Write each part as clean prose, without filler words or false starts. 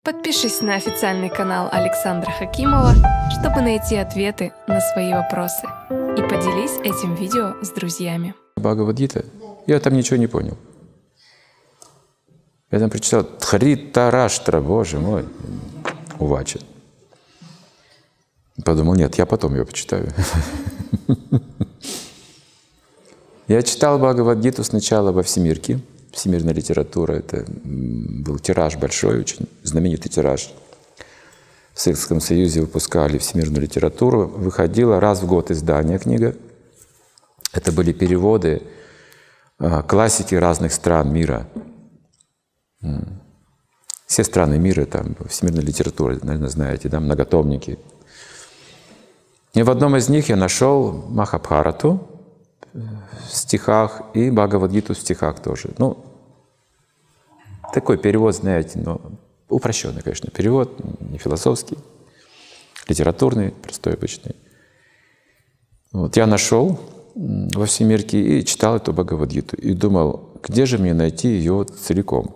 Подпишись на официальный канал Александра Хакимова, чтобы найти ответы на свои вопросы. И поделись этим видео с друзьями. Бхагавад-гита. Я там ничего не понял. Я там прочитал Дхритараштра, боже мой, Увача. Подумал, нет, я потом ее почитаю. Я читал Бхагавад-гиту сначала во Всемирке. Всемирная литература — это был тираж большой, очень знаменитый тираж. В Советском Союзе выпускали всемирную литературу. Выходила раз в год издание книга. Это были переводы классики разных стран мира. Все страны мира, там, всемирная литература, наверное, знаете, да, многотомники. И в одном из них я нашел Махабхарату в стихах и Бхагавад-гиту в стихах тоже. Ну, такой перевод, знаете, но упрощенный, конечно, перевод, не философский, литературный, простой, обычный. Вот я нашел во Всемирке и читал эту Бхагавад-гиту и думал, где же мне найти ее целиком?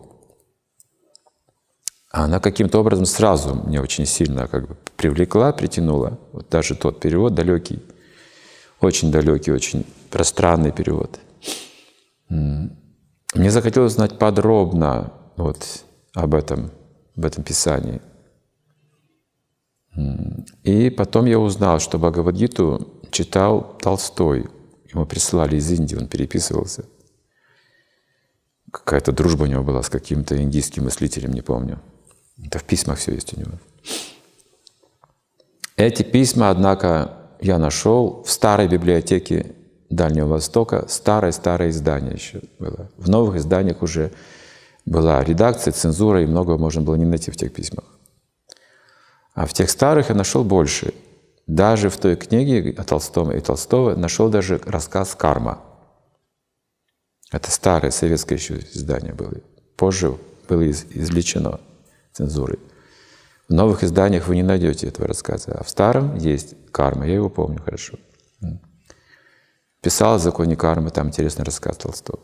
А она каким-то образом сразу меня очень сильно как бы привлекла, притянула. Вот даже тот перевод далекий, очень пространный перевод. Мне захотелось знать подробно вот об этом писании. И потом я узнал, что Бхагавад-гиту читал Толстой. Ему прислали из Индии, он переписывался. Какая-то дружба у него была с каким-то индийским мыслителем, не помню. Это в письмах все есть у него. Эти письма, однако, я нашел в старой библиотеке Дальнего Востока. Старое издание еще было. В новых изданиях уже была редакция, цензура, и многого можно было не найти в тех письмах. А в тех старых я нашел больше. Даже в той книге о Толстом и Толстого нашел даже рассказ «Карма». Это старое советское еще издание было. Позже было извлечено цензурой. В новых изданиях вы не найдете этого рассказа, а в старом есть «Карма». Я его помню хорошо. Писал о законе кармы, там интересный рассказ Толстого.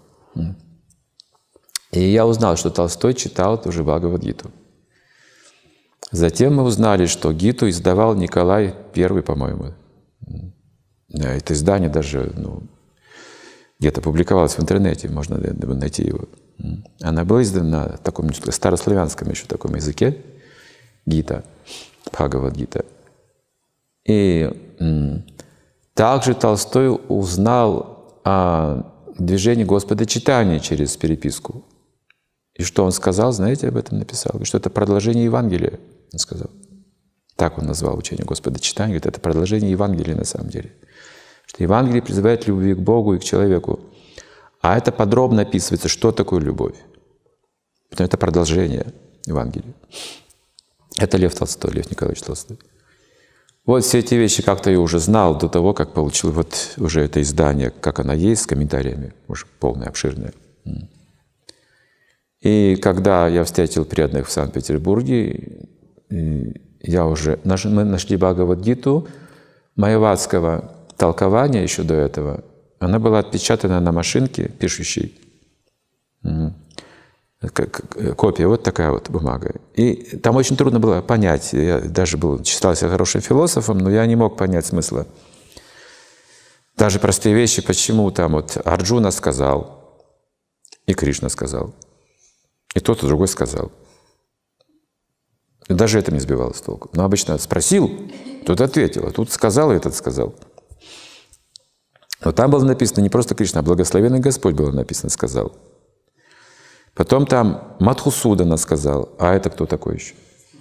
И я узнал, что Толстой читал тоже Бхагавад-гиту. Затем мы узнали, что Гиту издавал Николай I, по-моему. Это издание даже где-то публиковалось в интернете, можно найти его. Она была издана на таком старославянском еще таком языке, Гита, Бхагавад-гита. И также Толстой узнал о движении Господа Чайтаньи через переписку. И что он сказал, знаете, об этом написал? Что это продолжение Евангелия, он сказал. Так он назвал учение Господа Чайтаньи. Говорит, это продолжение Евангелия на самом деле. Что Евангелие призывает любви к Богу и к человеку. А это подробно описывается, что такое любовь. Потому это продолжение Евангелия. Это Лев Толстой, Лев Николаевич Толстой. Вот все эти вещи как-то я уже знал до того, как получил вот уже это издание, как оно есть, с комментариями, уже полное, обширное. И когда я встретил преданных в Санкт-Петербурге, мы нашли Бхагавад-гиту майявадского толкования еще до этого. Она была отпечатана на машинке пишущей. Копия, вот такая вот бумага. И там очень трудно было понять. Я даже считался хорошим философом, но я не мог понять смысла. Даже простые вещи, почему там вот Арджуна сказал, и Кришна сказал, и тот, и другой сказал. И даже это не сбивало с толку. Но обычно спросил, тот ответил, а тут сказал, и этот сказал. Но там было написано не просто Кришна, а благословенный Господь было написано, сказал. Потом там Мадхусудана сказал, а это кто такой еще?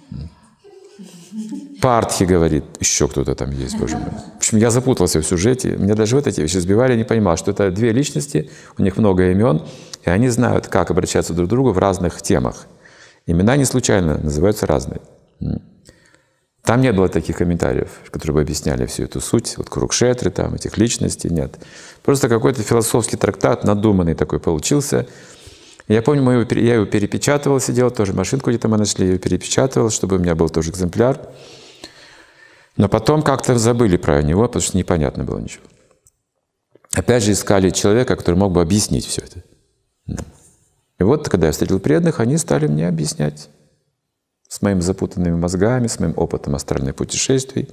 Партхи говорит, еще кто-то там есть, Боже мой. В общем, я запутался в сюжете, меня даже вот эти вещи сбивали, я не понимал, что это две личности, у них много имен, и они знают, как обращаться друг к другу в разных темах. Имена не случайно называются разные. Там не было таких комментариев, которые бы объясняли всю эту суть, вот Курукшетры, там, этих личностей, нет. Просто какой-то философский трактат, надуманный такой получился. Я помню, я его перепечатывал, сидел, тоже машинку где-то мы нашли, я ее перепечатывал, чтобы у меня был тоже экземпляр. Но потом как-то забыли про него, потому что непонятно было ничего. Опять же искали человека, который мог бы объяснить все это. И вот, когда я встретил преданных, они стали мне объяснять. с моими запутанными мозгами, с моим опытом астральных путешествий.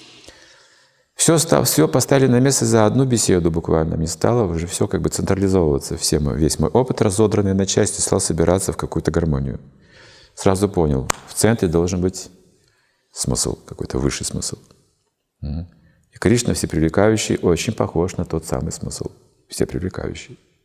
Все поставили на место за одну беседу буквально. Мне стало уже все как бы централизовываться. Весь мой опыт, разодранный на части, стал собираться в какую-то гармонию. Сразу понял, в центре должен быть смысл, какой-то высший смысл. И Кришна всепривлекающий очень похож на тот самый смысл, всепривлекающий.